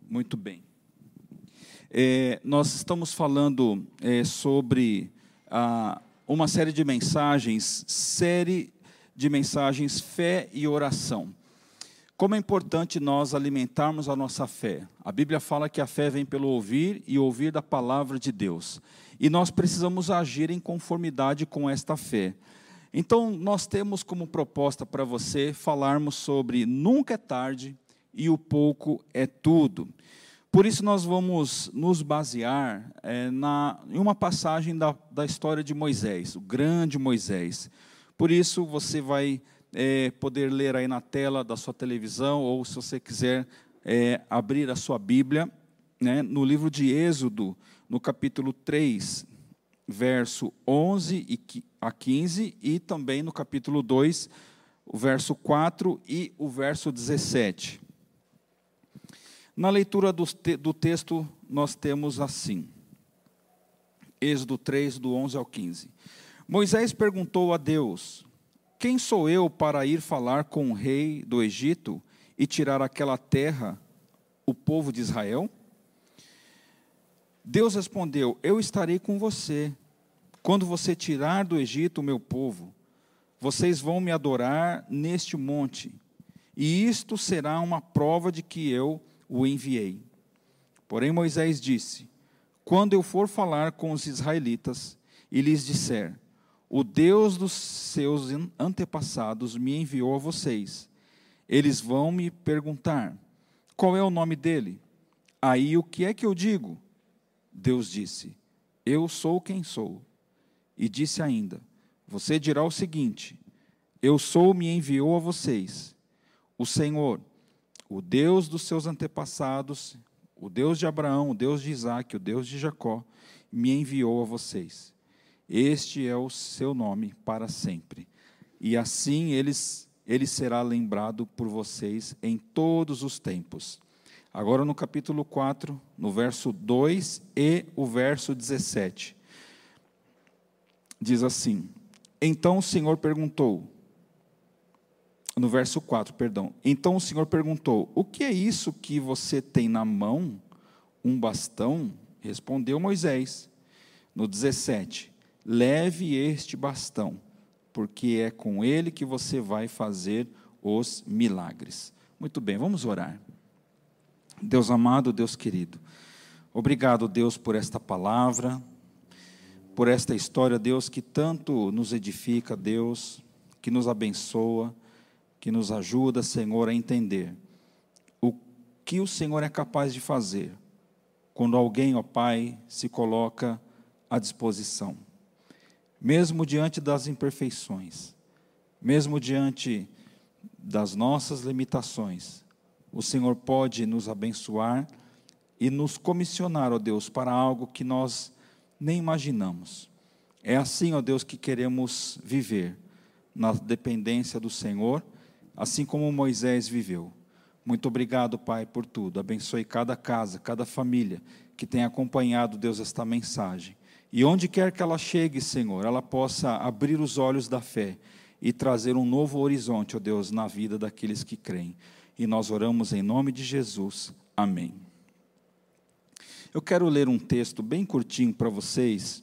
Muito bem. Nós estamos falando sobre uma série de mensagens, fé e oração. Como é importante nós alimentarmos a nossa fé. A Bíblia fala que a fé vem pelo ouvir e ouvir da palavra de Deus. E nós precisamos agir em conformidade com esta fé. Então, nós temos como proposta para você falarmos sobre nunca é tarde e o pouco é tudo. Por isso, nós vamos nos basear em uma passagem da história de Moisés, o grande Moisés. Por isso, você vai poder ler aí na tela da sua televisão, ou se você quiser abrir a sua Bíblia, né, no livro de Êxodo, no capítulo 3, verso 11 a 15, e também no capítulo 2, o verso 4 e o verso 17. Na leitura do texto, nós temos assim, Êxodo 3, do 11 ao 15. Moisés perguntou a Deus: quem sou eu para ir falar com o rei do Egito e tirar aquela terra, o povo de Israel? Deus respondeu: eu estarei com você. Quando você tirar do Egito o meu povo, vocês vão me adorar neste monte, e isto será uma prova de que eu o enviei. Porém Moisés disse: quando eu for falar com os israelitas e lhes disser: o Deus dos seus antepassados me enviou a vocês, eles vão me perguntar: qual é o nome dele? Aí o que é que eu digo? Deus disse: eu sou quem sou. E disse ainda: você dirá o seguinte: eu sou, me enviou a vocês. O Senhor, o Deus dos seus antepassados, o Deus de Abraão, o Deus de Isaque, o Deus de Jacó, me enviou a vocês. Este é o seu nome para sempre. E assim ele será lembrado por vocês em todos os tempos. Agora no capítulo 4, no verso 2 e o verso 17. Diz assim: então o Senhor perguntou, no verso 4, perdão. Então o Senhor perguntou: o que é isso que você tem na mão? Um bastão? Respondeu Moisés. No 17: leve este bastão, porque é com ele que você vai fazer os milagres. Muito bem, vamos orar. Deus amado, Deus querido, obrigado, Deus, por esta palavra, por esta história, Deus, que tanto nos edifica, Deus, que nos abençoa, que nos ajuda, Senhor, a entender o que o Senhor é capaz de fazer quando alguém, ó Pai, se coloca à disposição. Mesmo diante das imperfeições, mesmo diante das nossas limitações, o Senhor pode nos abençoar e nos comissionar, ó Deus, para algo que nós nem imaginamos. É assim, ó Deus, que queremos viver, na dependência do Senhor, assim como Moisés viveu. Muito obrigado, Pai, por tudo. Abençoe cada casa, cada família que tem acompanhado, Deus, esta mensagem. E onde quer que ela chegue, Senhor, ela possa abrir os olhos da fé e trazer um novo horizonte, ó Deus, na vida daqueles que creem. E nós oramos em nome de Jesus. Amém. Eu quero ler um texto bem curtinho para vocês,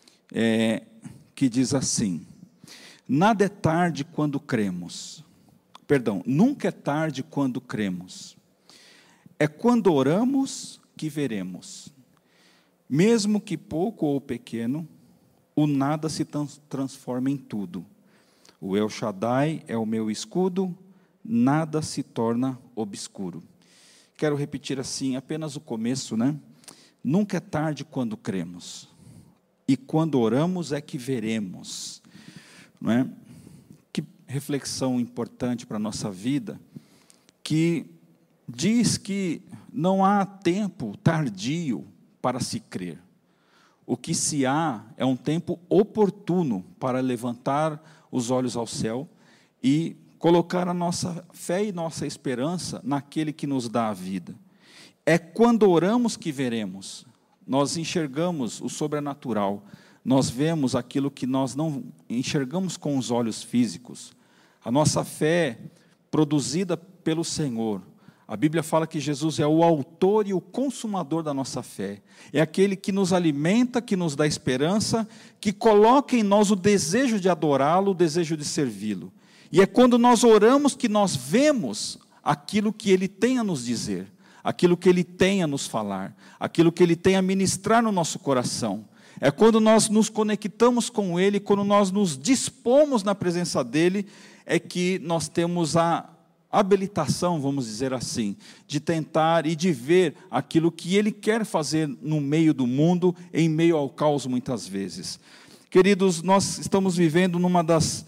que diz assim: nada é tarde quando cremos. Perdão, nunca é tarde quando cremos. É quando oramos que veremos. Mesmo que pouco ou pequeno, o nada se transforma em tudo. O El Shaddai é o meu escudo, nada se torna obscuro. Quero repetir assim, apenas o começo, né? Nunca é tarde quando cremos. E quando oramos é que veremos. Não é? Que reflexão importante para a nossa vida, que diz que não há tempo tardio para se crer. O que se há é um tempo oportuno para levantar os olhos ao céu e colocar a nossa fé e nossa esperança naquele que nos dá a vida. É quando oramos que veremos. Nós enxergamos o sobrenatural. Nós vemos aquilo que nós não enxergamos com os olhos físicos. A nossa fé, produzida pelo Senhor, A Bíblia fala que Jesus é o autor e o consumador da nossa fé. É aquele que nos alimenta, que nos dá esperança, que coloca em nós o desejo de adorá-lo, o desejo de servi-lo. E é quando nós oramos que nós vemos aquilo que Ele tem a nos dizer, aquilo que Ele tem a nos falar, aquilo que Ele tem a ministrar no nosso coração. É quando nós nos conectamos com Ele, quando nós nos dispomos na presença dEle, é que nós temos a habilitação, vamos dizer assim, de tentar e de ver aquilo que Ele quer fazer no meio do mundo, em meio ao caos muitas vezes. Queridos, nós estamos vivendo uma das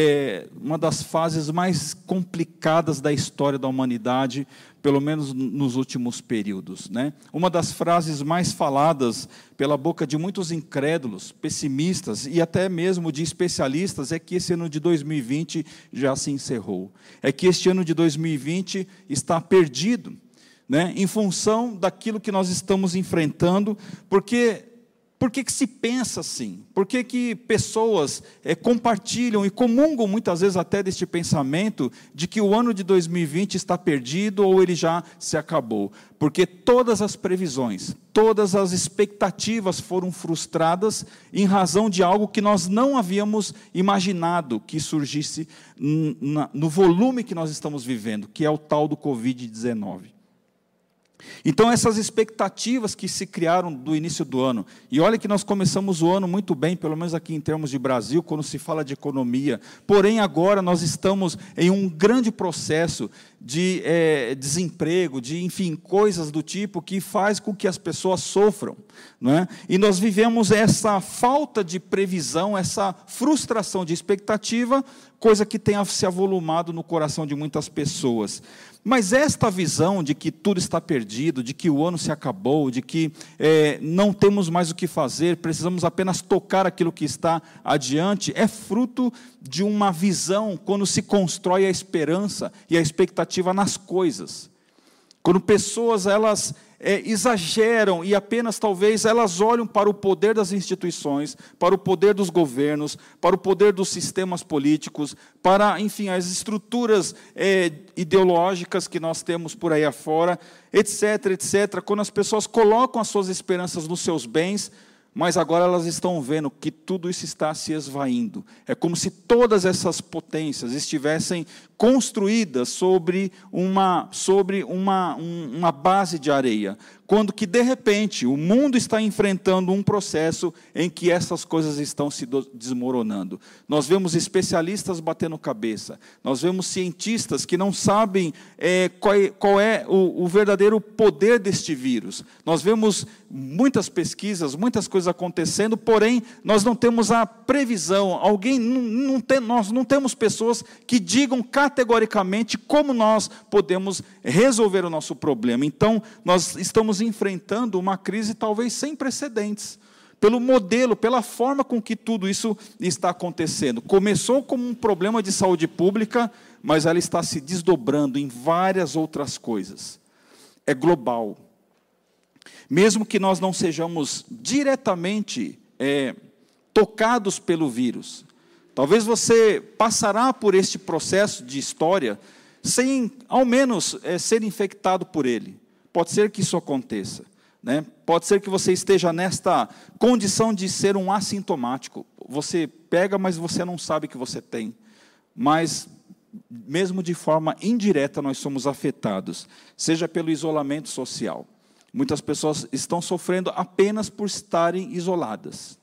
fases mais complicadas da história da humanidade, pelo menos nos últimos períodos, né? Uma das frases mais faladas pela boca de muitos incrédulos, pessimistas e até mesmo de especialistas é que esse ano de 2020 já se encerrou. É que este ano de 2020 está perdido, né? Em função daquilo que nós estamos enfrentando, porque... Por que se pensa assim? Por que pessoas compartilham e comungam muitas vezes até deste pensamento de que o ano de 2020 está perdido ou ele já se acabou? Porque todas as previsões, todas as expectativas foram frustradas em razão de algo que nós não havíamos imaginado que surgisse no volume que nós estamos vivendo, que é o tal do Covid-19. Então essas expectativas que se criaram do início do ano, e olha que nós começamos o ano muito bem, pelo menos aqui em termos de Brasil, quando se fala de economia, porém agora nós estamos em um grande processo de desemprego, de, enfim, coisas do tipo que faz com que as pessoas sofram, não é? E nós vivemos essa falta de previsão, essa frustração de expectativa, coisa que tem se avolumado no coração de muitas pessoas. Mas esta visão de que tudo está perdido, de que o ano se acabou, de que não temos mais o que fazer, precisamos apenas tocar aquilo que está adiante, é fruto de uma visão quando se constrói a esperança e a expectativa nas coisas. Quando pessoas elas exageram e apenas talvez elas olham para o poder das instituições, para o poder dos governos, para o poder dos sistemas políticos, para, enfim, as estruturas ideológicas que nós temos por aí afora, etc., etc. Quando as pessoas colocam as suas esperanças nos seus bens, mas agora elas estão vendo que tudo isso está se esvaindo. É como se todas essas potências estivessem construídas sobre uma base de areia, quando que, de repente, o mundo está enfrentando um processo em que essas coisas estão se desmoronando. Nós vemos especialistas batendo cabeça, nós vemos cientistas que não sabem qual é o verdadeiro poder deste vírus. Nós vemos muitas pesquisas, muitas coisas acontecendo, porém, nós não temos a previsão, nós não temos pessoas que digam categoricamente como nós podemos resolver o nosso problema. Então, nós estamos enfrentando uma crise talvez sem precedentes, pelo modelo, pela forma com que tudo isso está acontecendo. Começou como um problema de saúde pública, mas ela está se desdobrando em várias outras coisas. É global. Mesmo que nós não sejamos diretamente tocados pelo vírus, talvez você passará por este processo de história sem, ao menos, ser infectado por ele. Pode ser que isso aconteça, né? Pode ser que você esteja nesta condição de ser um assintomático. Você pega, mas você não sabe que você tem. Mas, mesmo de forma indireta, nós somos afetados, seja pelo isolamento social. Muitas pessoas estão sofrendo apenas por estarem isoladas.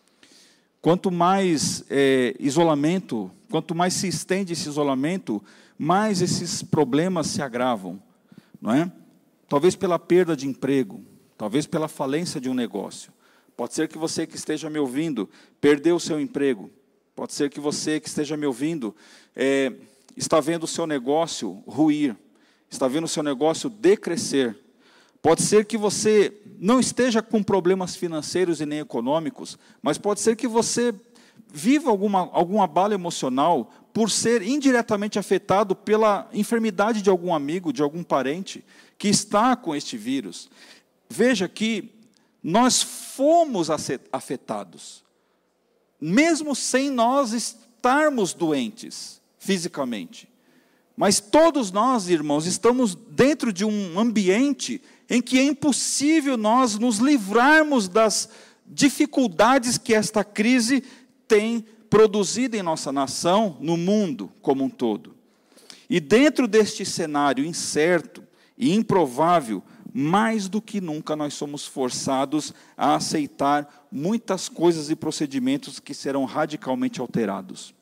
Quanto mais isolamento, quanto mais se estende esse isolamento, mais esses problemas se agravam, não é? Talvez pela perda de emprego, talvez pela falência de um negócio. Pode ser que você que esteja me ouvindo perdeu o seu emprego. Pode ser que você que esteja me ouvindo está vendo o seu negócio ruir, está vendo o seu negócio decrescer. Pode ser que você não esteja com problemas financeiros e nem econômicos, mas pode ser que você viva algum abalo emocional por ser indiretamente afetado pela enfermidade de algum amigo, de algum parente que está com este vírus. Veja que nós fomos afetados, mesmo sem nós estarmos doentes fisicamente. Mas todos nós, irmãos, estamos dentro de um ambiente em que é impossível nós nos livrarmos das dificuldades que esta crise tem produzido em nossa nação, no mundo como um todo. E dentro deste cenário incerto e improvável, mais do que nunca nós somos forçados a aceitar muitas coisas e procedimentos que serão radicalmente alterados.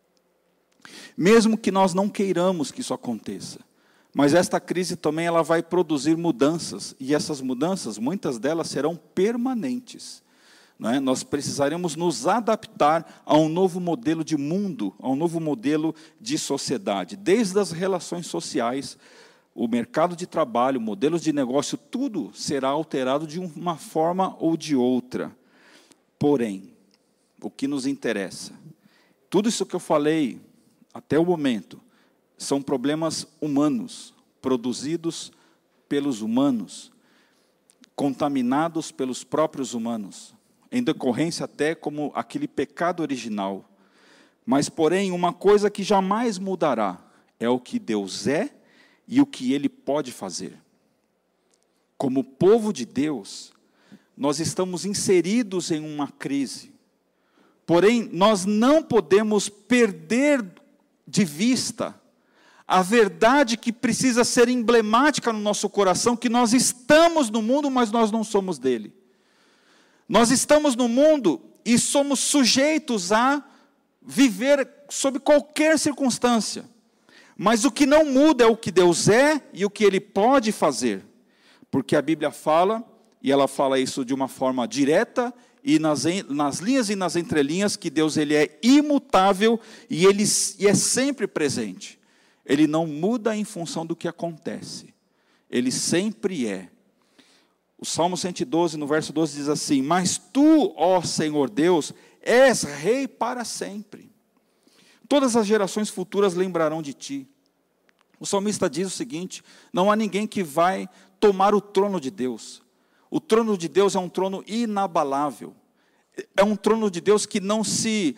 Mesmo que nós não queiramos que isso aconteça. Mas esta crise também ela vai produzir mudanças, e essas mudanças, muitas delas serão permanentes. Não é? Nós precisaremos nos adaptar a um novo modelo de mundo, a um novo modelo de sociedade. Desde as relações sociais, o mercado de trabalho, modelos de negócio, tudo será alterado de uma forma ou de outra. Porém, o que nos interessa, tudo isso que eu falei até o momento, são problemas humanos, produzidos pelos humanos, contaminados pelos próprios humanos, em decorrência até como aquele pecado original. Mas, porém, uma coisa que jamais mudará é o que Deus é e o que Ele pode fazer. Como povo de Deus, nós estamos inseridos em uma crise. Porém, nós não podemos perder de vista a verdade que precisa ser emblemática no nosso coração, que nós estamos no mundo, mas nós não somos dele. Nós estamos no mundo e somos sujeitos a viver sob qualquer circunstância. Mas o que não muda é o que Deus é e o que Ele pode fazer. Porque a Bíblia fala, e ela fala isso de uma forma direta, e nas linhas e nas entrelinhas, que Deus ele é imutável e é sempre presente. Ele não muda em função do que acontece. Ele sempre é. O Salmo 112, no verso 12, diz assim: mas tu, ó Senhor Deus, és rei para sempre. Todas as gerações futuras lembrarão de ti. O salmista diz o seguinte: não há ninguém que vai tomar o trono de Deus. O trono de Deus é um trono inabalável. É um trono de Deus que não se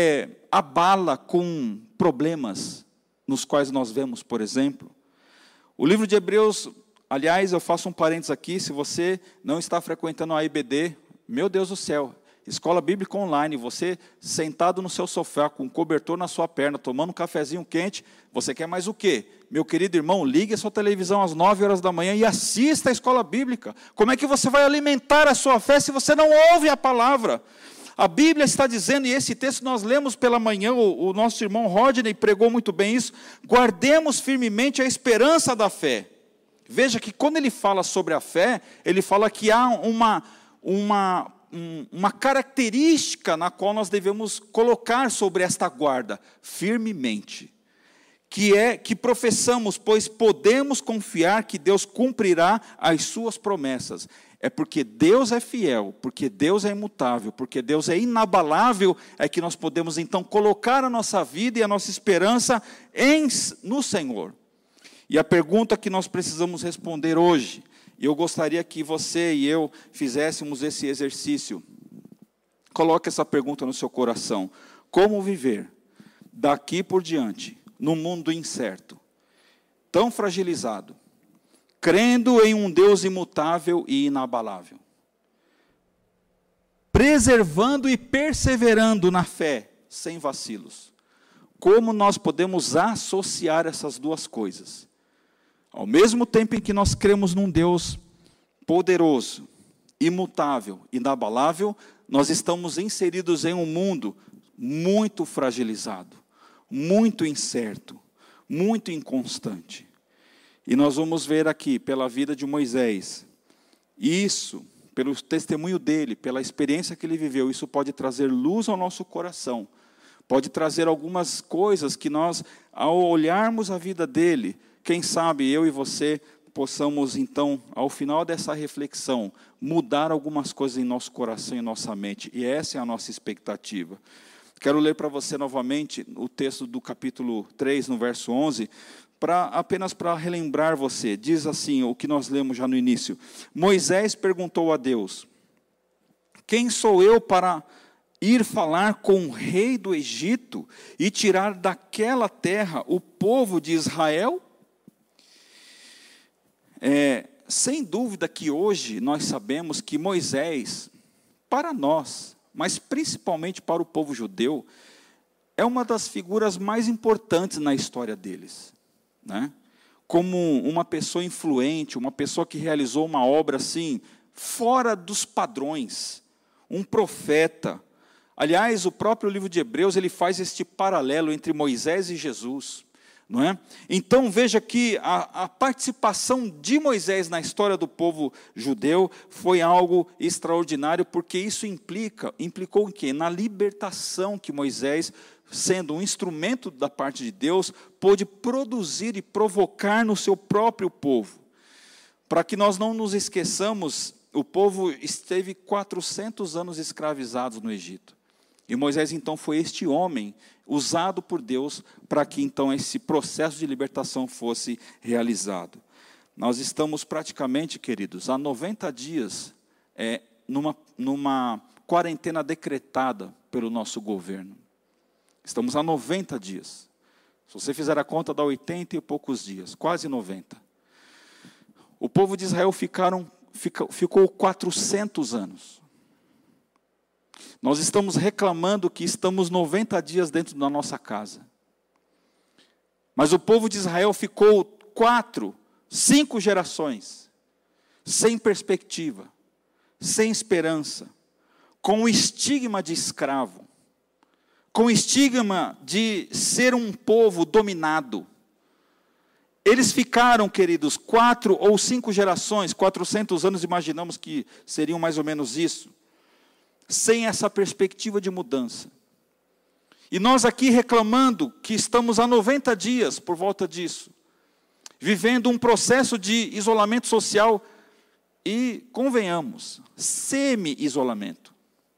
abala com problemas, nos quais nós vemos, por exemplo. O livro de Hebreus, aliás, eu faço um parênteses aqui, se você não está frequentando a IBD, meu Deus do céu, escola bíblica online, você sentado no seu sofá, com um cobertor na sua perna, tomando um cafezinho quente, você quer mais o quê? Meu querido irmão, ligue a sua televisão às 9 horas da manhã e assista a escola bíblica. Como é que você vai alimentar a sua fé se você não ouve a palavra? A Bíblia está dizendo, e esse texto nós lemos pela manhã, o nosso irmão Rodney pregou muito bem isso: guardemos firmemente a esperança da fé. Veja que quando ele fala sobre a fé, ele fala que há uma característica na qual nós devemos colocar sobre esta guarda, firmemente, que professamos, pois podemos confiar que Deus cumprirá as suas promessas. É porque Deus é fiel, porque Deus é imutável, porque Deus é inabalável, é que nós podemos então colocar a nossa vida e a nossa esperança no Senhor. E a pergunta que nós precisamos responder hoje, e eu gostaria que você e eu fizéssemos esse exercício. Coloque essa pergunta no seu coração: como viver daqui por diante, num mundo incerto, tão fragilizado, crendo em um Deus imutável e inabalável, preservando e perseverando na fé, sem vacilos? Como nós podemos associar essas duas coisas? Ao mesmo tempo em que nós cremos num Deus poderoso, imutável, inabalável, nós estamos inseridos em um mundo muito fragilizado, muito incerto, muito inconstante. E nós vamos ver aqui, pela vida de Moisés, isso, pelo testemunho dele, pela experiência que ele viveu, isso pode trazer luz ao nosso coração, pode trazer algumas coisas que nós, ao olharmos a vida dele, quem sabe eu e você possamos, então, ao final dessa reflexão, mudar algumas coisas em nosso coração e nossa mente. E essa é a nossa expectativa. Quero ler para você novamente o texto do capítulo 3, no verso 11, apenas para relembrar você. Diz assim, o que nós lemos já no início: Moisés perguntou a Deus: quem sou eu para ir falar com o rei do Egito e tirar daquela terra o povo de Israel? Sem dúvida que hoje nós sabemos que Moisés, para nós, mas principalmente para o povo judeu, é uma das figuras mais importantes na história deles, né? Como uma pessoa influente, uma pessoa que realizou uma obra assim, fora dos padrões, um profeta. Aliás, o próprio livro de Hebreus, ele faz este paralelo entre Moisés e Jesus, não é? Então, veja que a participação de Moisés na história do povo judeu foi algo extraordinário, porque isso implicou em quê? Na libertação que Moisés, sendo um instrumento da parte de Deus, pôde produzir e provocar no seu próprio povo. Para que nós não nos esqueçamos, o povo esteve 400 anos escravizados no Egito. E Moisés, então, foi este homem usado por Deus para que, então, esse processo de libertação fosse realizado. Nós estamos praticamente, queridos, há 90 dias numa quarentena decretada pelo nosso governo. Estamos há 90 dias. Se você fizer a conta, dá 80 e poucos dias, quase 90. O povo de Israel ficou 400 anos. Nós estamos reclamando que estamos 90 dias dentro da nossa casa. Mas o povo de Israel ficou 4, 5 gerações, sem perspectiva, sem esperança, com o estigma de escravo, com o estigma de ser um povo dominado. Eles ficaram, queridos, 4 ou 5 gerações, 400 anos, imaginamos que seriam mais ou menos isso, sem essa perspectiva de mudança. E nós aqui reclamando que estamos há 90 dias por volta disso, vivendo um processo de isolamento social e, convenhamos, semi-isolamento.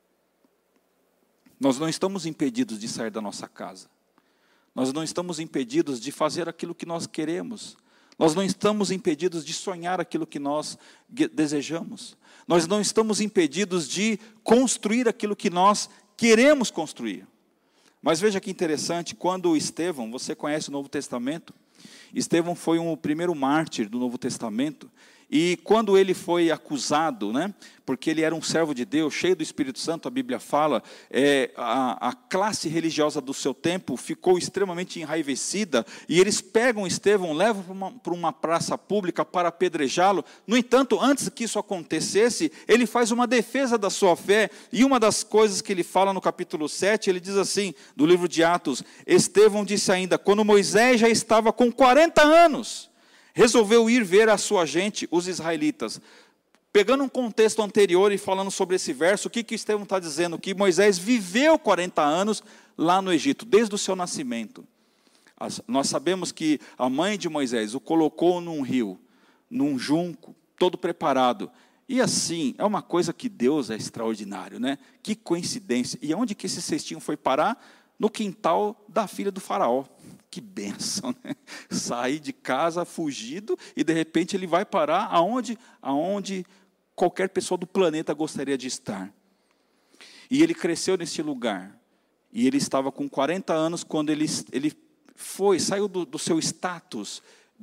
Nós não estamos impedidos de sair da nossa casa. Nós não estamos impedidos de fazer aquilo que nós queremos. Nós não estamos impedidos de sonhar aquilo que nós desejamos. Nós não estamos impedidos de construir aquilo que nós queremos construir. Mas veja que interessante, quando Estevão, você conhece o Novo Testamento? Estevão foi o primeiro mártir do Novo Testamento. E quando ele foi acusado, né, porque ele era um servo de Deus, cheio do Espírito Santo, a Bíblia fala, a classe religiosa do seu tempo ficou extremamente enraivecida, e eles pegam Estevão, levam para uma praça pública para apedrejá-lo. No entanto, antes que isso acontecesse, ele faz uma defesa da sua fé, e uma das coisas que ele fala no capítulo 7, ele diz assim, do livro de Atos, Estevão disse ainda, quando Moisés já estava com 40 anos, resolveu ir ver a sua gente, os israelitas. Pegando um contexto anterior e falando sobre esse verso, o que Estevão está dizendo? Que Moisés viveu 40 anos lá no Egito, desde o seu nascimento. Nós sabemos que a mãe de Moisés o colocou num rio, num junco, todo preparado. E assim, é uma coisa que Deus é extraordinário, né? Que coincidência. E onde que esse cestinho foi parar? No quintal da filha do faraó. Que bênção, né? Sair de casa fugido e de repente ele vai parar aonde qualquer pessoa do planeta gostaria de estar. E ele cresceu nesse lugar. E ele estava com 40 anos quando ele saiu do seu status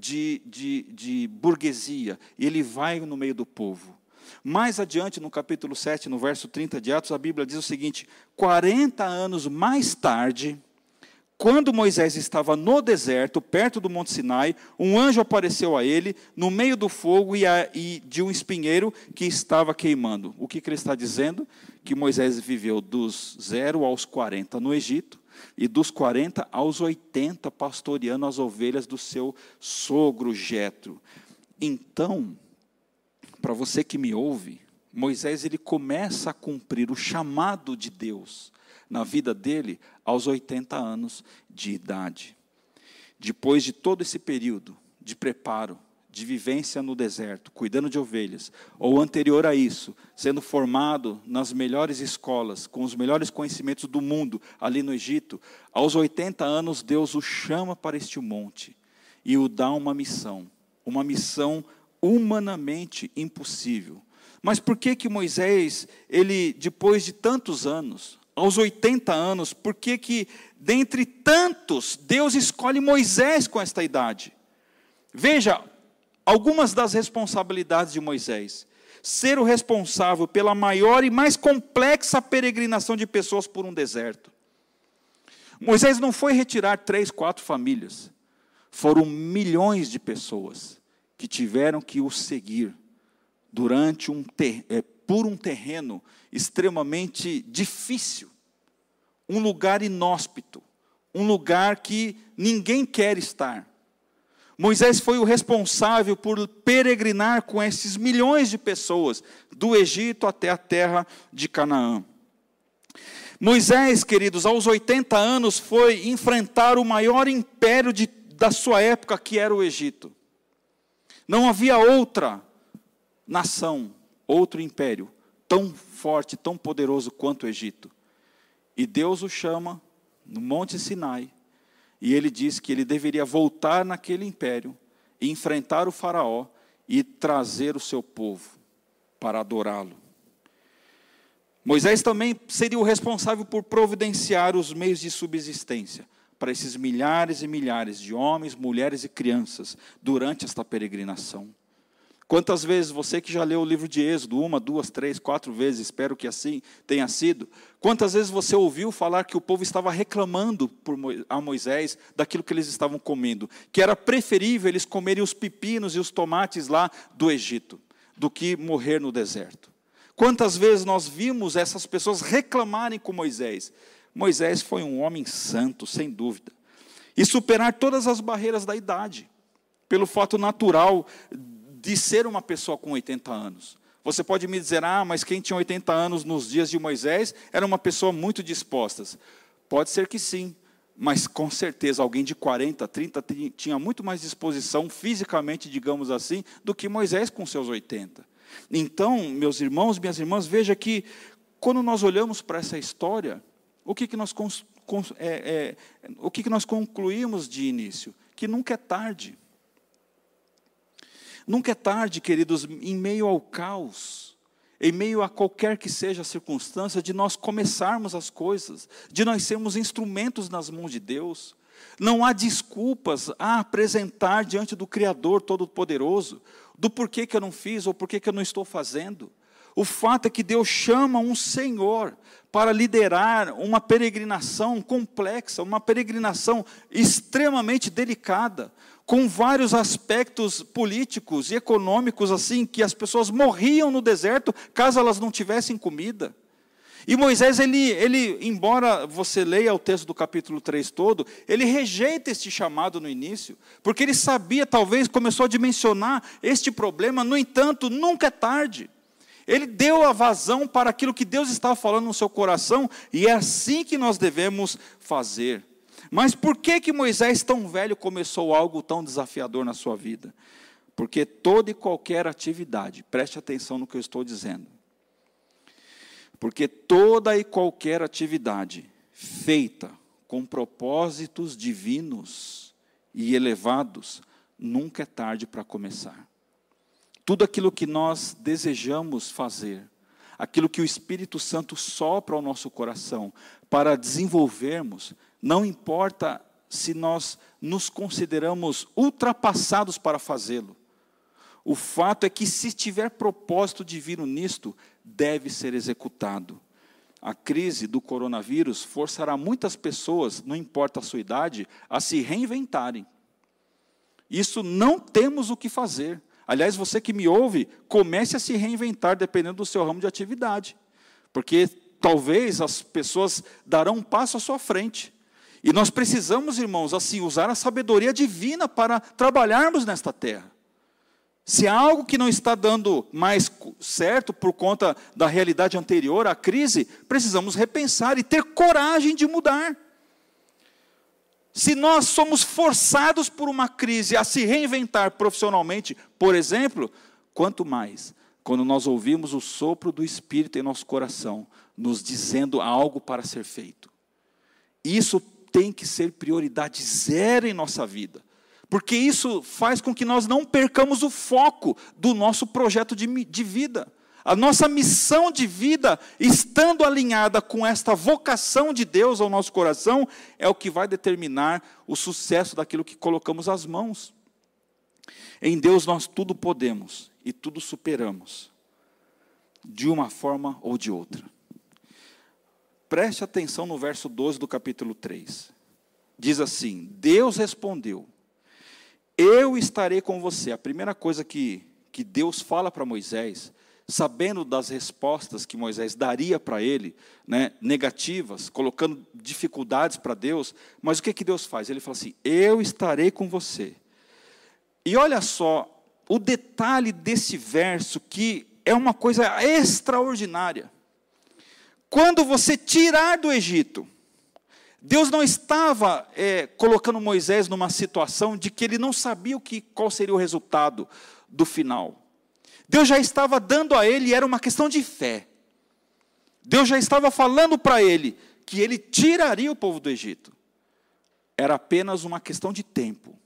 de burguesia. E ele vai no meio do povo. Mais adiante, no capítulo 7, no verso 30 de Atos, a Bíblia diz o seguinte, 40 anos mais tarde, quando Moisés estava no deserto, perto do Monte Sinai, um anjo apareceu a ele, no meio do fogo e de um espinheiro que estava queimando. O que ele está dizendo? Que Moisés viveu dos 0 aos 40 no Egito, e dos 40 aos 80 pastoreando as ovelhas do seu sogro Jetro. Então, para você que me ouve, Moisés ele começa a cumprir o chamado de Deus na vida dele aos 80 anos de idade. Depois de todo esse período de preparo, de vivência no deserto, cuidando de ovelhas, ou anterior a isso, sendo formado nas melhores escolas, com os melhores conhecimentos do mundo, ali no Egito, aos 80 anos Deus o chama para este monte e o dá uma missão humanamente impossível. Mas por que Moisés, ele, depois de tantos anos, aos 80 anos, por que dentre tantos, Deus escolhe Moisés com esta idade? Veja, algumas das responsabilidades de Moisés. Ser o responsável pela maior e mais complexa peregrinação de pessoas por um deserto. Moisés não foi retirar 3, 4 famílias. Foram milhões de pessoas que tiveram que o seguir durante por um terreno extremamente difícil. Um lugar inóspito. Um lugar que ninguém quer estar. Moisés foi o responsável por peregrinar com esses milhões de pessoas, do Egito até a terra de Canaã. Moisés, queridos, aos 80 anos, foi enfrentar o maior império da sua época, que era o Egito. Não havia outra nação, outro império, tão forte, tão poderoso quanto o Egito. E Deus o chama no Monte Sinai, e ele diz que ele deveria voltar naquele império, e enfrentar o faraó, e trazer o seu povo para adorá-lo. Moisés também seria o responsável por providenciar os meios de subsistência para esses milhares e milhares de homens, mulheres e crianças durante esta peregrinação. Quantas vezes você que já leu o livro de Êxodo, 1, 2, 3, 4 vezes, espero que assim tenha sido, quantas vezes você ouviu falar que o povo estava reclamando a Moisés daquilo que eles estavam comendo, que era preferível eles comerem os pepinos e os tomates lá do Egito, do que morrer no deserto. Quantas vezes nós vimos essas pessoas reclamarem com Moisés? Moisés foi um homem santo, sem dúvida, e superar todas as barreiras da idade, pelo fato natural de ser uma pessoa com 80 anos. Você pode me dizer, mas quem tinha 80 anos nos dias de Moisés era uma pessoa muito disposta. Pode ser que sim, mas com certeza alguém de 40, 30 tinha muito mais disposição fisicamente, digamos assim, do que Moisés com seus 80. Então, meus irmãos, minhas irmãs, veja que quando nós olhamos para essa história, o que nós concluímos de início? Que nunca é tarde. Nunca é tarde, queridos, em meio ao caos, em meio a qualquer que seja a circunstância, de nós começarmos as coisas, de nós sermos instrumentos nas mãos de Deus. Não há desculpas a apresentar diante do Criador Todo-Poderoso, do porquê que eu não fiz ou porquê que eu não estou fazendo. O fato é que Deus chama um Senhor para liderar uma peregrinação complexa, uma peregrinação extremamente delicada, com vários aspectos políticos e econômicos, assim, que as pessoas morriam no deserto, caso elas não tivessem comida. E Moisés, ele, embora você leia o texto do capítulo 3 todo, ele rejeita este chamado no início, porque ele sabia, talvez, começou a dimensionar este problema, no entanto, nunca é tarde. Ele deu a vazão para aquilo que Deus estava falando no seu coração, e é assim que nós devemos fazer. Mas por que Moisés, tão velho, começou algo tão desafiador na sua vida? Porque toda e qualquer atividade, preste atenção no que eu estou dizendo, porque toda e qualquer atividade feita com propósitos divinos e elevados, nunca é tarde para começar. Tudo aquilo que nós desejamos fazer, aquilo que o Espírito Santo sopra ao nosso coração para desenvolvermos, não importa se nós nos consideramos ultrapassados para fazê-lo. O fato é que, se tiver propósito divino nisto, deve ser executado. A crise do coronavírus forçará muitas pessoas, não importa a sua idade, a se reinventarem. Isso não temos o que fazer. Aliás, você que me ouve, comece a se reinventar dependendo do seu ramo de atividade. Porque talvez as pessoas darão um passo à sua frente. E nós precisamos, irmãos, assim, usar a sabedoria divina para trabalharmos nesta terra. Se há algo que não está dando mais certo por conta da realidade anterior à crise, precisamos repensar e ter coragem de mudar. Se nós somos forçados por uma crise a se reinventar profissionalmente, por exemplo, quanto mais quando nós ouvimos o sopro do Espírito em nosso coração, nos dizendo algo para ser feito. Isso tem que ser prioridade zero em nossa vida. Porque isso faz com que nós não percamos o foco do nosso projeto de vida. A nossa missão de vida, estando alinhada com esta vocação de Deus ao nosso coração, é o que vai determinar o sucesso daquilo que colocamos as mãos. Em Deus nós tudo podemos e tudo superamos, de uma forma ou de outra. Preste atenção no verso 12 do capítulo 3. Diz assim: Deus respondeu: eu estarei com você. A primeira coisa que Deus fala para Moisés, sabendo das respostas que Moisés daria para ele, né, negativas, colocando dificuldades para Deus, mas o que Deus faz? Ele fala assim: eu estarei com você. E olha só, o detalhe desse verso, que é uma coisa extraordinária. Quando você tirar do Egito, Deus não estava colocando Moisés numa situação de que ele não sabia qual seria o resultado do final. Deus já estava dando a ele, era uma questão de fé. Deus já estava falando para ele que ele tiraria o povo do Egito. Era apenas uma questão de tempo.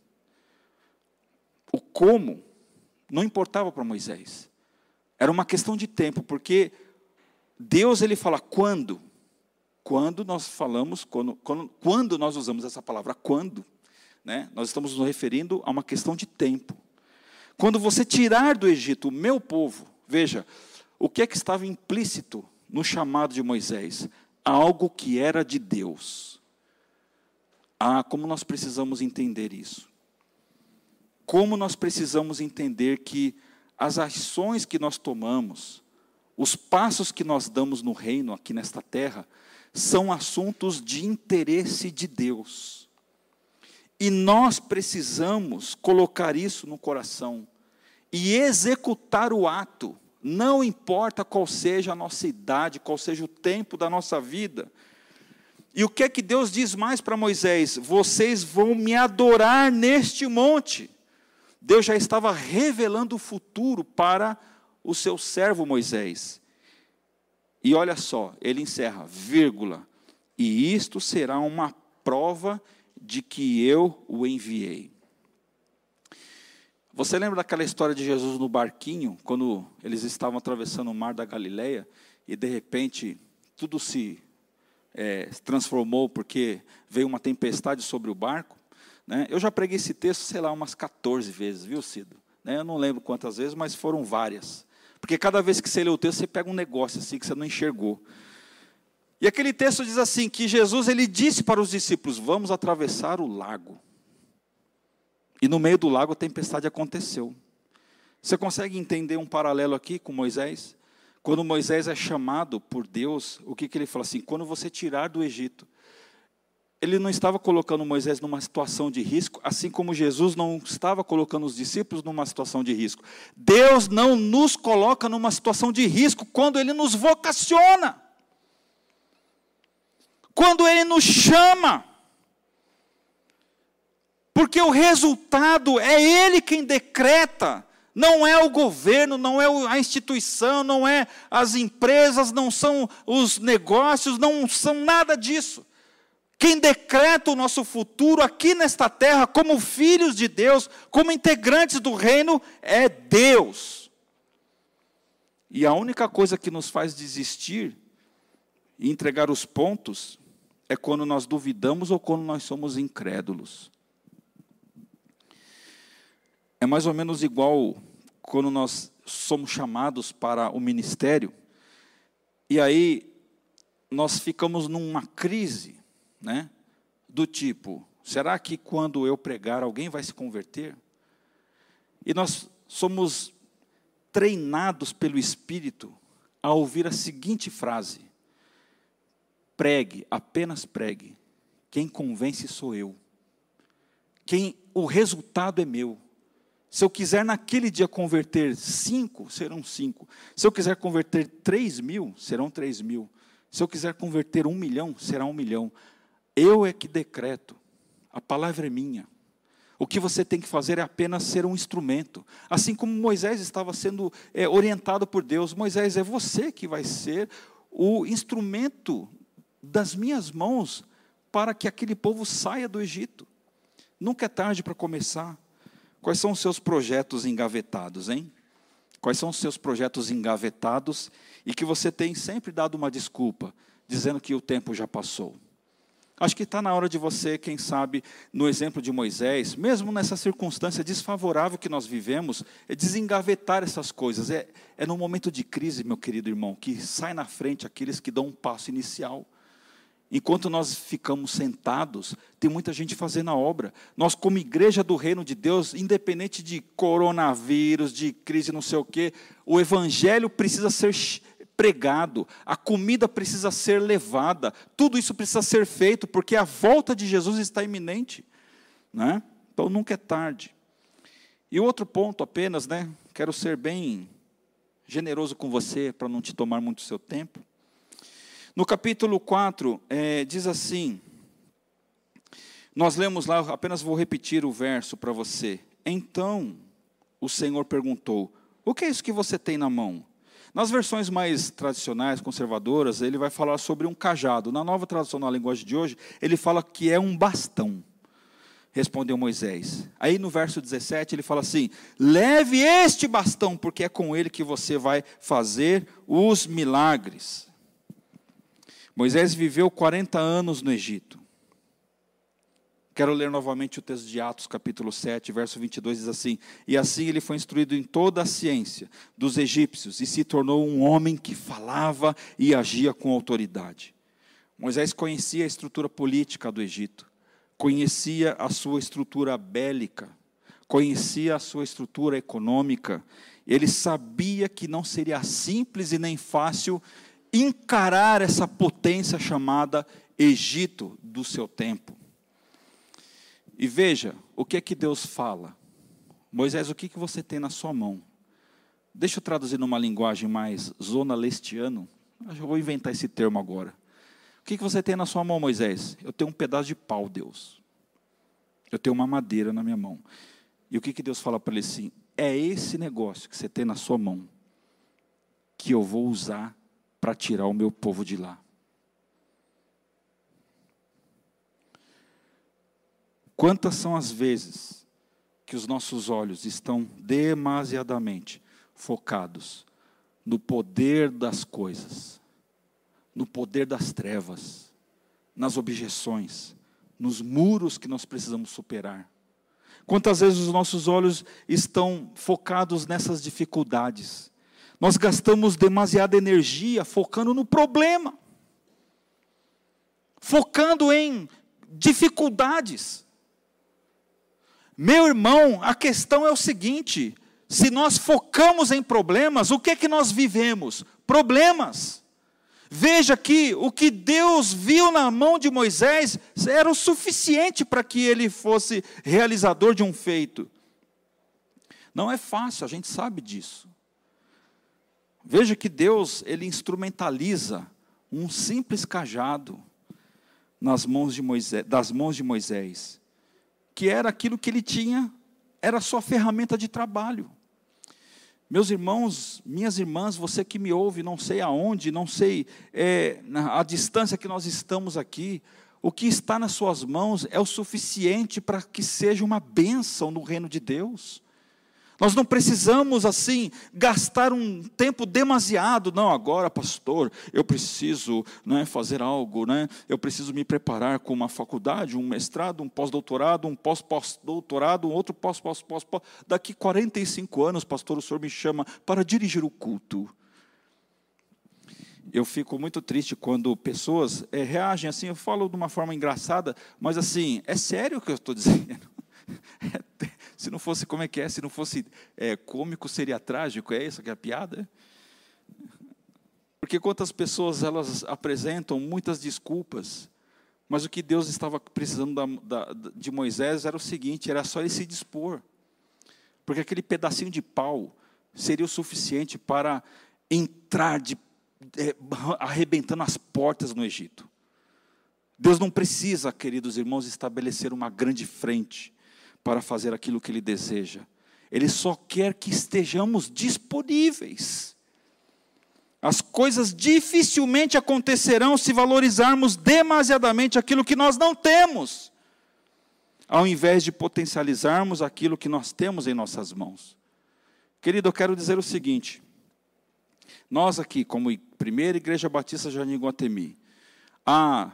O como não importava para Moisés. Era uma questão de tempo, porque Deus, ele fala quando. Quando nós falamos, quando nós usamos essa palavra quando, né, nós estamos nos referindo a uma questão de tempo. Quando você tirar do Egito o meu povo, veja, o que é que estava implícito no chamado de Moisés? Algo que era de Deus. Como nós precisamos entender isso. Como nós precisamos entender que as ações que nós tomamos, os passos que nós damos no reino, aqui nesta terra, são assuntos de interesse de Deus. E nós precisamos colocar isso no coração e executar o ato, não importa qual seja a nossa idade, qual seja o tempo da nossa vida. E o que é que Deus diz mais para Moisés? Vocês vão me adorar neste monte. Deus já estava revelando o futuro para o seu servo Moisés. E olha só, ele encerra, vírgula, e isto será uma prova de que eu o enviei. Você lembra daquela história de Jesus no barquinho, quando eles estavam atravessando o mar da Galileia, e de repente tudo se transformou porque veio uma tempestade sobre o barco? Né? Eu já preguei esse texto, sei lá, umas 14 vezes, viu, Cido? Né? Eu não lembro quantas vezes, mas foram várias. Porque cada vez que você lê o texto, você pega um negócio assim que você não enxergou. E aquele texto diz assim, que Jesus, ele disse para os discípulos, vamos atravessar o lago. E no meio do lago a tempestade aconteceu. Você consegue entender um paralelo aqui com Moisés? Quando Moisés é chamado por Deus, o que ele fala assim? Quando você tirar do Egito, ele não estava colocando Moisés numa situação de risco, assim como Jesus não estava colocando os discípulos numa situação de risco. Deus não nos coloca numa situação de risco quando Ele nos vocaciona. Quando Ele nos chama. Porque o resultado é Ele quem decreta. Não é o governo, não é a instituição, não é as empresas, não são os negócios, não são nada disso. Quem decreta o nosso futuro aqui nesta terra, como filhos de Deus, como integrantes do reino, é Deus. E a única coisa que nos faz desistir e entregar os pontos é quando nós duvidamos ou quando nós somos incrédulos. É mais ou menos igual quando nós somos chamados para o ministério, e aí nós ficamos numa crise, né? Do tipo, será que quando eu pregar alguém vai se converter? E nós somos treinados pelo Espírito a ouvir a seguinte frase: pregue, apenas pregue, quem convence sou eu, o resultado é meu. Se eu quiser naquele dia converter 5, serão 5. Se eu quiser converter 3.000, serão 3.000. Se eu quiser converter 1 milhão, será 1 milhão. Eu é que decreto, a palavra é minha. O que você tem que fazer é apenas ser um instrumento. Assim como Moisés estava sendo orientado por Deus. Moisés, é você que vai ser o instrumento das minhas mãos para que aquele povo saia do Egito. Nunca é tarde para começar. Quais são os seus projetos engavetados, hein? Quais são os seus projetos engavetados e que você tem sempre dado uma desculpa, dizendo que o tempo já passou? Acho que está na hora de você, quem sabe, no exemplo de Moisés, mesmo nessa circunstância desfavorável que nós vivemos, é desengavetar essas coisas. É no momento de crise, meu querido irmão, que sai na frente aqueles que dão um passo inicial. Enquanto nós ficamos sentados, tem muita gente fazendo a obra. Nós, como igreja do reino de Deus, independente de coronavírus, de crise não sei o quê, o evangelho precisa ser pregado, a comida precisa ser levada, tudo isso precisa ser feito, porque a volta de Jesus está iminente, né? Então nunca é tarde. E outro ponto apenas, né? Quero ser bem generoso com você, para não te tomar muito seu tempo. No capítulo 4, diz assim, nós lemos lá, apenas vou repetir o verso para você. Então o Senhor perguntou, o que é isso que você tem na mão? Nas versões mais tradicionais, conservadoras, ele vai falar sobre um cajado. Na nova tradução, na linguagem de hoje, ele fala que é um bastão. Respondeu Moisés. Aí no verso 17 ele fala assim, leve este bastão, porque é com ele que você vai fazer os milagres. Moisés viveu 40 anos no Egito. Quero ler novamente o texto de Atos, capítulo 7, verso 22, diz assim, e assim ele foi instruído em toda a ciência dos egípcios, e se tornou um homem que falava e agia com autoridade. Moisés conhecia a estrutura política do Egito, conhecia a sua estrutura bélica, conhecia a sua estrutura econômica, ele sabia que não seria simples e nem fácil encarar essa potência chamada Egito do seu tempo. E veja, o que é que Deus fala? Moisés, o que você tem na sua mão? Deixa eu traduzir numa linguagem mais zona lestiano. Eu vou inventar esse termo agora. O que você tem na sua mão, Moisés? Eu tenho um pedaço de pau, Deus. Eu tenho uma madeira na minha mão. E o que Deus fala para ele assim? É esse negócio que você tem na sua mão que eu vou usar para tirar o meu povo de lá. Quantas são as vezes que os nossos olhos estão demasiadamente focados no poder das coisas, no poder das trevas, nas objeções, nos muros que nós precisamos superar? Quantas vezes os nossos olhos estão focados nessas dificuldades? Nós gastamos demasiada energia focando no problema, focando em dificuldades. Meu irmão, a questão é o seguinte, se nós focamos em problemas, o que é que nós vivemos? Problemas. Veja que o que Deus viu na mão de Moisés era o suficiente para que ele fosse realizador de um feito. Não é fácil, a gente sabe disso. Veja que Deus, ele instrumentaliza um simples cajado das mãos de Moisés, que era aquilo que ele tinha, era a sua ferramenta de trabalho. Meus irmãos, minhas irmãs, você que me ouve, não sei aonde, não sei a distância que nós estamos aqui, o que está nas suas mãos é o suficiente para que seja uma bênção no reino de Deus. Nós não precisamos, assim, gastar um tempo demasiado. Não, agora, pastor, eu preciso, né, fazer algo, né? Eu preciso me preparar com uma faculdade, um mestrado, um pós-doutorado, um pós-pós-doutorado, um outro pós-pós-pós. Daqui 45 anos, pastor, o senhor me chama para dirigir o culto. Eu fico muito triste quando pessoas reagem assim, eu falo de uma forma engraçada, mas assim, é sério o que eu estou dizendo. Se não fosse, como é que é? Se não fosse cômico, seria trágico. É isso que é a piada? Porque quantas pessoas elas apresentam muitas desculpas, mas o que Deus estava precisando de Moisés era o seguinte, era só ele se dispor. Porque aquele pedacinho de pau seria o suficiente para entrar arrebentando as portas no Egito. Deus não precisa, queridos irmãos, estabelecer uma grande frente para fazer aquilo que Ele deseja. Ele só quer que estejamos disponíveis. As coisas dificilmente acontecerão se valorizarmos demasiadamente aquilo que nós não temos, ao invés de potencializarmos aquilo que nós temos em nossas mãos. Querido, eu quero dizer o seguinte. Nós aqui, como Primeira Igreja Batista Jardim Guatemi, há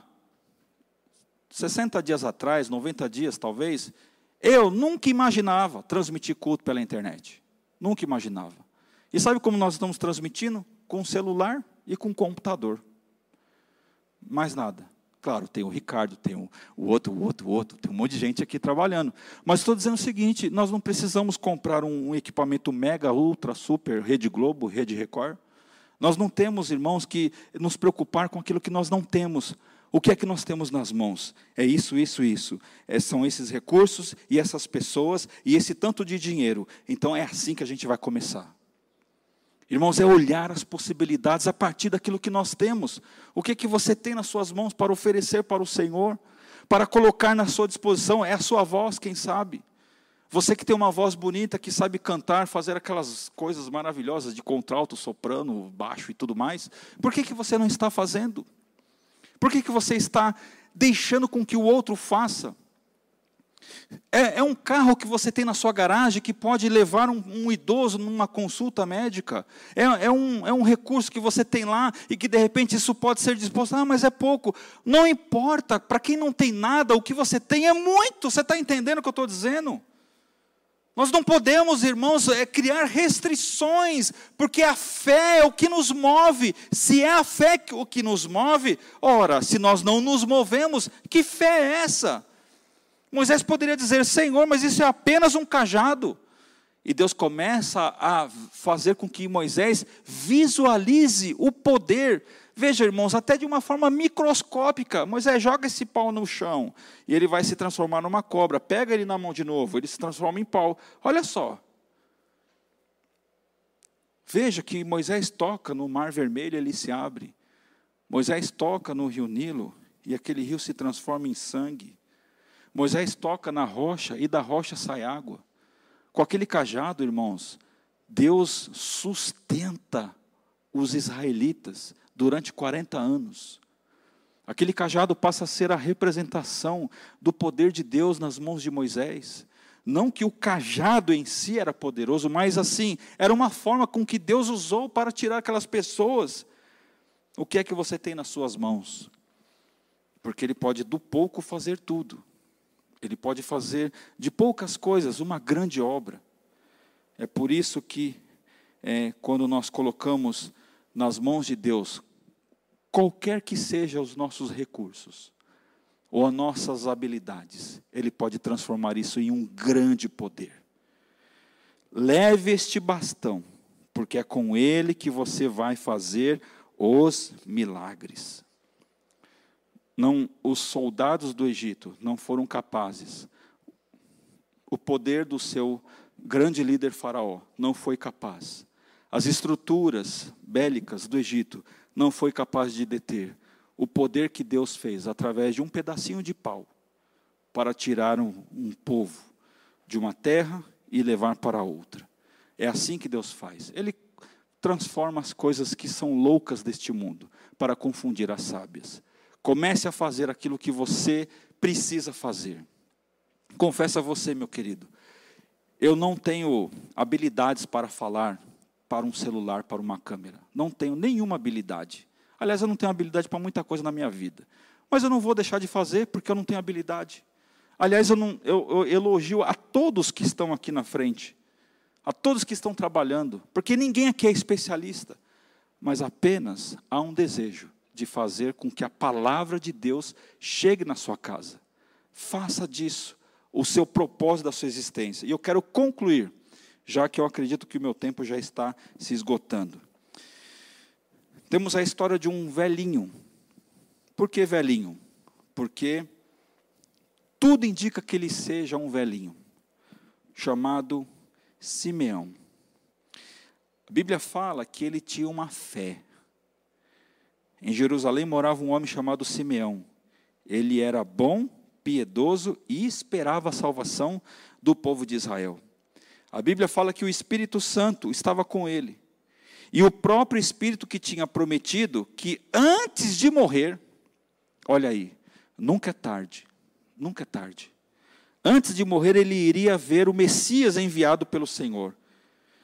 60 dias atrás, 90 dias talvez, eu nunca imaginava transmitir culto pela internet. Nunca imaginava. E sabe como nós estamos transmitindo? Com celular e com computador. Mais nada. Claro, tem o Ricardo, tem o outro, tem um monte de gente aqui trabalhando. Mas estou dizendo o seguinte, nós não precisamos comprar um equipamento mega, ultra, super, Rede Globo, Rede Record. Nós não temos, irmãos, que nos preocupar com aquilo que nós não temos. O que é que nós temos nas mãos? É isso. São esses recursos e essas pessoas e esse tanto de dinheiro. Então é assim que a gente vai começar. Irmãos, é olhar as possibilidades a partir daquilo que nós temos. O que é que você tem nas suas mãos para oferecer para o Senhor? Para colocar na sua disposição? É a sua voz, quem sabe? Você que tem uma voz bonita, que sabe cantar, fazer aquelas coisas maravilhosas de contralto, soprano, baixo e tudo mais. Por que você não está fazendo? Por que você está deixando com que o outro faça? É um carro que você tem na sua garagem que pode levar um idoso numa consulta médica. É um recurso que você tem lá e que de repente isso pode ser disposto. Ah, mas é pouco. Não importa, para quem não tem nada, o que você tem é muito. Você está entendendo o que eu estou dizendo? Nós não podemos, irmãos, criar restrições, porque a fé é o que nos move. Se é a fé o que nos move, ora, se nós não nos movemos, que fé é essa? Moisés poderia dizer, Senhor, mas isso é apenas um cajado. E Deus começa a fazer com que Moisés visualize o poder. Veja, irmãos, até de uma forma microscópica. Moisés joga esse pau no chão e ele vai se transformar numa cobra. Pega ele na mão de novo, ele se transforma em pau. Olha só. Veja que Moisés toca no Mar Vermelho, ele se abre. Moisés toca no Rio Nilo e aquele rio se transforma em sangue. Moisés toca na rocha e da rocha sai água. Com aquele cajado, irmãos, Deus sustenta os israelitas durante 40 anos. Aquele cajado passa a ser a representação do poder de Deus nas mãos de Moisés. Não que o cajado em si era poderoso, mas assim, era uma forma com que Deus usou para tirar aquelas pessoas. O que é que você tem nas suas mãos? Porque Ele pode do pouco fazer tudo. Ele pode fazer de poucas coisas uma grande obra. É por isso que, quando nós colocamos nas mãos de Deus, qualquer que sejam os nossos recursos, ou as nossas habilidades, Ele pode transformar isso em um grande poder. Leve este bastão, porque é com ele que você vai fazer os milagres. Não, os soldados do Egito não foram capazes. O poder do seu grande líder faraó não foi capaz. As estruturas bélicas do Egito não foi capaz de deter o poder que Deus fez através de um pedacinho de pau para tirar um povo de uma terra e levar para outra. É assim que Deus faz. Ele transforma as coisas que são loucas deste mundo para confundir as sábias. Comece a fazer aquilo que você precisa fazer. Confesso a você, meu querido, eu não tenho habilidades para falar para um celular, para uma câmera. Não tenho nenhuma habilidade. Aliás, eu não tenho habilidade para muita coisa na minha vida. Mas eu não vou deixar de fazer porque eu não tenho habilidade. Aliás, eu elogio a todos que estão aqui na frente, a todos que estão trabalhando, porque ninguém aqui é especialista, mas apenas há um desejo de fazer com que a palavra de Deus chegue na sua casa. Faça disso o seu propósito da sua existência. E eu quero concluir, já que eu acredito que o meu tempo já está se esgotando. Temos a história de um velhinho. Por que velhinho? Porque tudo indica que ele seja um velhinho, chamado Simeão. A Bíblia fala que ele tinha uma fé. Em Jerusalém morava um homem chamado Simeão. Ele era bom, piedoso e esperava a salvação do povo de Israel. A Bíblia fala que o Espírito Santo estava com ele. E o próprio Espírito que tinha prometido que antes de morrer, olha aí, nunca é tarde, nunca é tarde. Antes de morrer ele iria ver o Messias enviado pelo Senhor.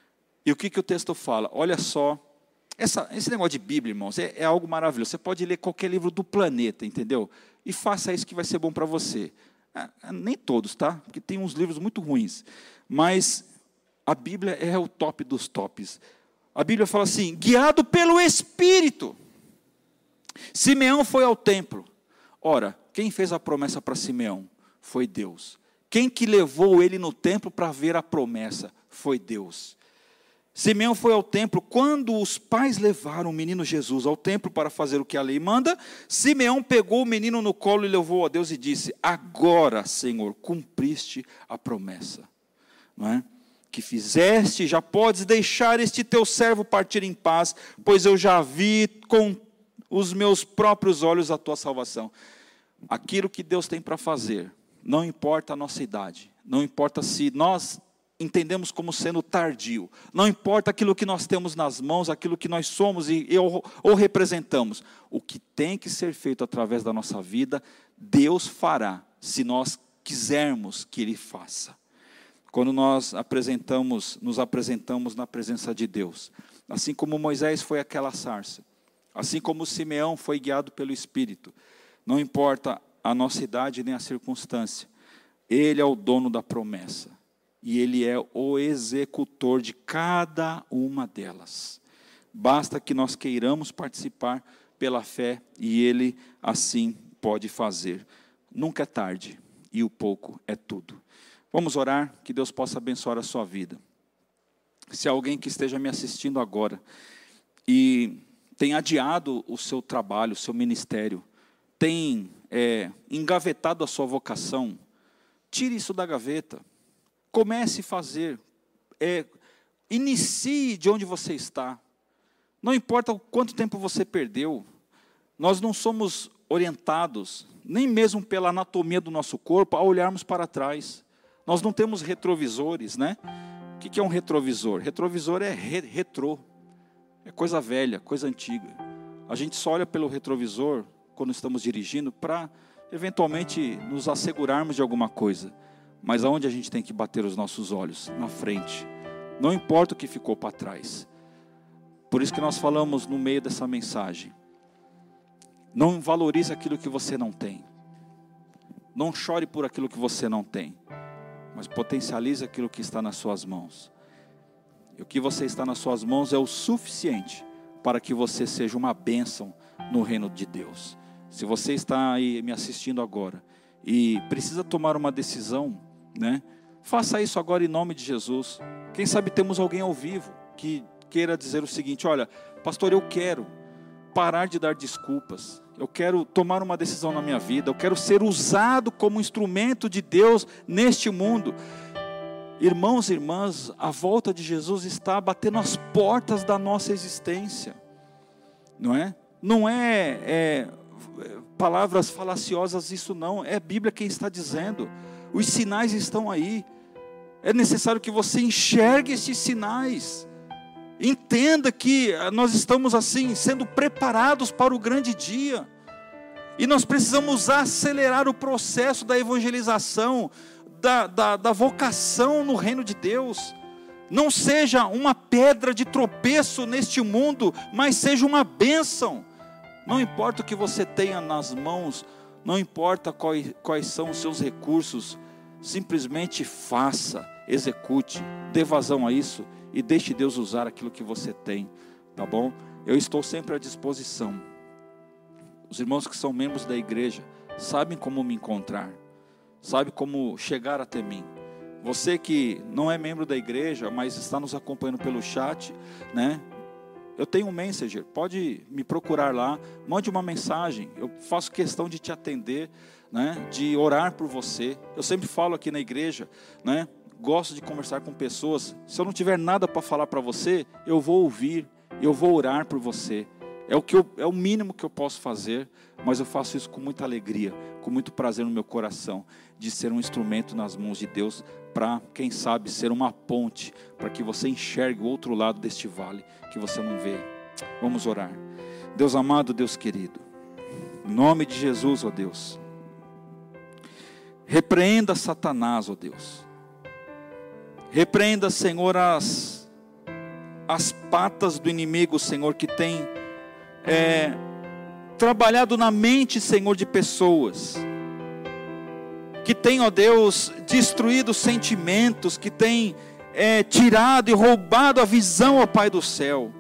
E o que o texto fala? Olha só, esse negócio de Bíblia, irmãos, é algo maravilhoso. Você pode ler qualquer livro do planeta, entendeu? E faça isso que vai ser bom para você. Nem todos, tá? Porque tem uns livros muito ruins. Mas a Bíblia é o top dos tops. A Bíblia fala assim, guiado pelo Espírito. Simeão foi ao templo. Ora, quem fez a promessa para Simeão? Foi Deus. Quem que levou ele no templo para ver a promessa? Foi Deus. Simeão foi ao templo. Quando os pais levaram o menino Jesus ao templo para fazer o que a lei manda, Simeão pegou o menino no colo e levou a Deus e disse, agora, Senhor, cumpriste a promessa. Não é? Que fizeste, já podes deixar este teu servo partir em paz, pois eu já vi com os meus próprios olhos a tua salvação. Aquilo que Deus tem para fazer, não importa a nossa idade, não importa se nós entendemos como sendo tardio, não importa aquilo que nós temos nas mãos, aquilo que nós somos ou representamos, o que tem que ser feito através da nossa vida, Deus fará, se nós quisermos que Ele faça. Quando nós nos apresentamos na presença de Deus, assim como Moisés foi aquela sarça, assim como Simeão foi guiado pelo Espírito, não importa a nossa idade nem a circunstância, Ele é o dono da promessa, e Ele é o executor de cada uma delas. Basta que nós queiramos participar pela fé, e Ele assim pode fazer. Nunca é tarde, e o pouco é tudo. Vamos orar, que Deus possa abençoar a sua vida. Se alguém que esteja me assistindo agora, e tem adiado o seu trabalho, o seu ministério, tem engavetado a sua vocação, tire isso da gaveta. Comece a fazer, inicie de onde você está. Não importa o quanto tempo você perdeu, nós não somos orientados, nem mesmo pela anatomia do nosso corpo, a olharmos para trás. Nós não temos retrovisores, né? O que é um retrovisor? Retrovisor é retrô, é coisa velha, coisa antiga. A gente só olha pelo retrovisor, quando estamos dirigindo, para eventualmente nos assegurarmos de alguma coisa. Mas aonde a gente tem que bater os nossos olhos? Na frente. Não importa o que ficou para trás. Por isso que nós falamos no meio dessa mensagem. Não valorize aquilo que você não tem. Não chore por aquilo que você não tem. Mas potencialize aquilo que está nas suas mãos. E o que você está nas suas mãos é o suficiente para que você seja uma bênção no reino de Deus. Se você está aí me assistindo agora e precisa tomar uma decisão, né? Faça isso agora em nome de Jesus. Quem sabe temos alguém ao vivo que queira dizer o seguinte: olha, pastor, eu quero parar de dar desculpas, eu quero tomar uma decisão na minha vida, eu quero ser usado como instrumento de Deus neste mundo. Irmãos e irmãs, a volta de Jesus está batendo as portas da nossa existência, não é? Não é palavras falaciosas, isso não, é a Bíblia quem está dizendo. Os sinais estão aí. É necessário que você enxergue esses sinais. Entenda que nós estamos assim, sendo preparados para o grande dia. E nós precisamos acelerar o processo da evangelização, da vocação no reino de Deus. Não seja uma pedra de tropeço neste mundo, mas seja uma bênção. Não importa o que você tenha nas mãos, não importa quais são os seus recursos, simplesmente faça, execute, dê vazão a isso e deixe Deus usar aquilo que você tem, tá bom? Eu estou sempre à disposição. Os irmãos que são membros da igreja sabem como me encontrar, sabem como chegar até mim. Você que não é membro da igreja, mas está nos acompanhando pelo chat, né? Eu tenho um Messenger, pode me procurar lá, mande uma mensagem, eu faço questão de te atender, né, de orar por você. Eu sempre falo aqui na igreja, né, gosto de conversar com pessoas. Se eu não tiver nada para falar para você, eu vou ouvir, eu vou orar por você. É o mínimo que eu posso fazer, mas eu faço isso com muita alegria, com muito prazer no meu coração, de ser um instrumento nas mãos de Deus, para, quem sabe, ser uma ponte, para que você enxergue o outro lado deste vale, que você não vê. Vamos orar. Deus amado, Deus querido, em nome de Jesus, ó Deus, repreenda Satanás, ó Deus, repreenda, Senhor, as as patas do inimigo, Senhor, que tem trabalhado na mente, Senhor, de pessoas, que tem, ó Deus, destruído sentimentos, que tem tirado e roubado a visão, ó Pai do céu.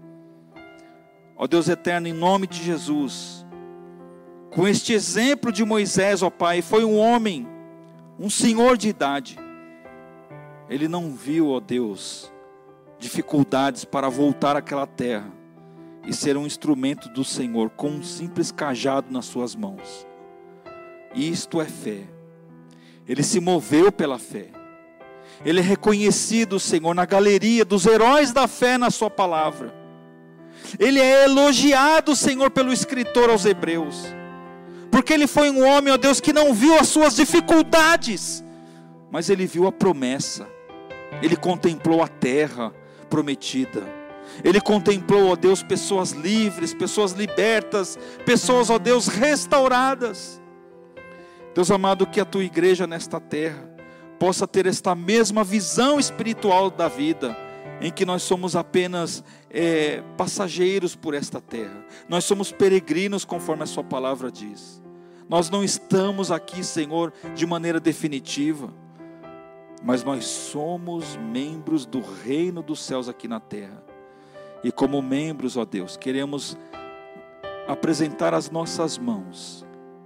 Ó Deus eterno, em nome de Jesus, com este exemplo de Moisés, ó Pai, foi um homem, um senhor de idade. Ele não viu, ó Deus, dificuldades para voltar àquela terra e ser um instrumento do Senhor, com um simples cajado nas suas mãos. Isto é fé. Ele se moveu pela fé. Ele é reconhecido, Senhor, na galeria dos heróis da fé na sua palavra. Ele é elogiado, Senhor, pelo escritor aos Hebreus, porque ele foi um homem, ó Deus, que não viu as suas dificuldades, mas ele viu a promessa. Ele contemplou a terra prometida. Ele contemplou, ó Deus, pessoas livres, pessoas libertas, pessoas, ó Deus, restauradas. Deus amado, que a tua igreja nesta terra possa ter esta mesma visão espiritual da vida, em que nós somos apenas passageiros por esta terra. Nós somos peregrinos, conforme a sua palavra diz. Nós não estamos aqui, Senhor, de maneira definitiva, mas nós somos membros do reino dos céus aqui na terra. E como membros, ó Deus, queremos apresentar as nossas mãos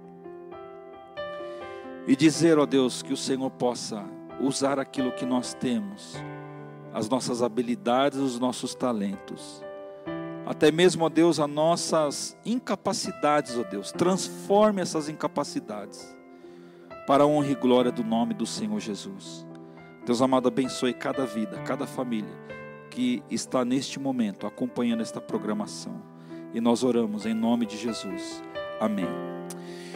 e dizer, ó Deus, que o Senhor possa usar aquilo que nós temos, as nossas habilidades, os nossos talentos, até mesmo, ó Deus, as nossas incapacidades, ó Deus, transforme essas incapacidades para a honra e glória do nome do Senhor Jesus. Deus amado, abençoe cada vida, cada família que está neste momento acompanhando esta programação, e nós oramos em nome de Jesus, amém.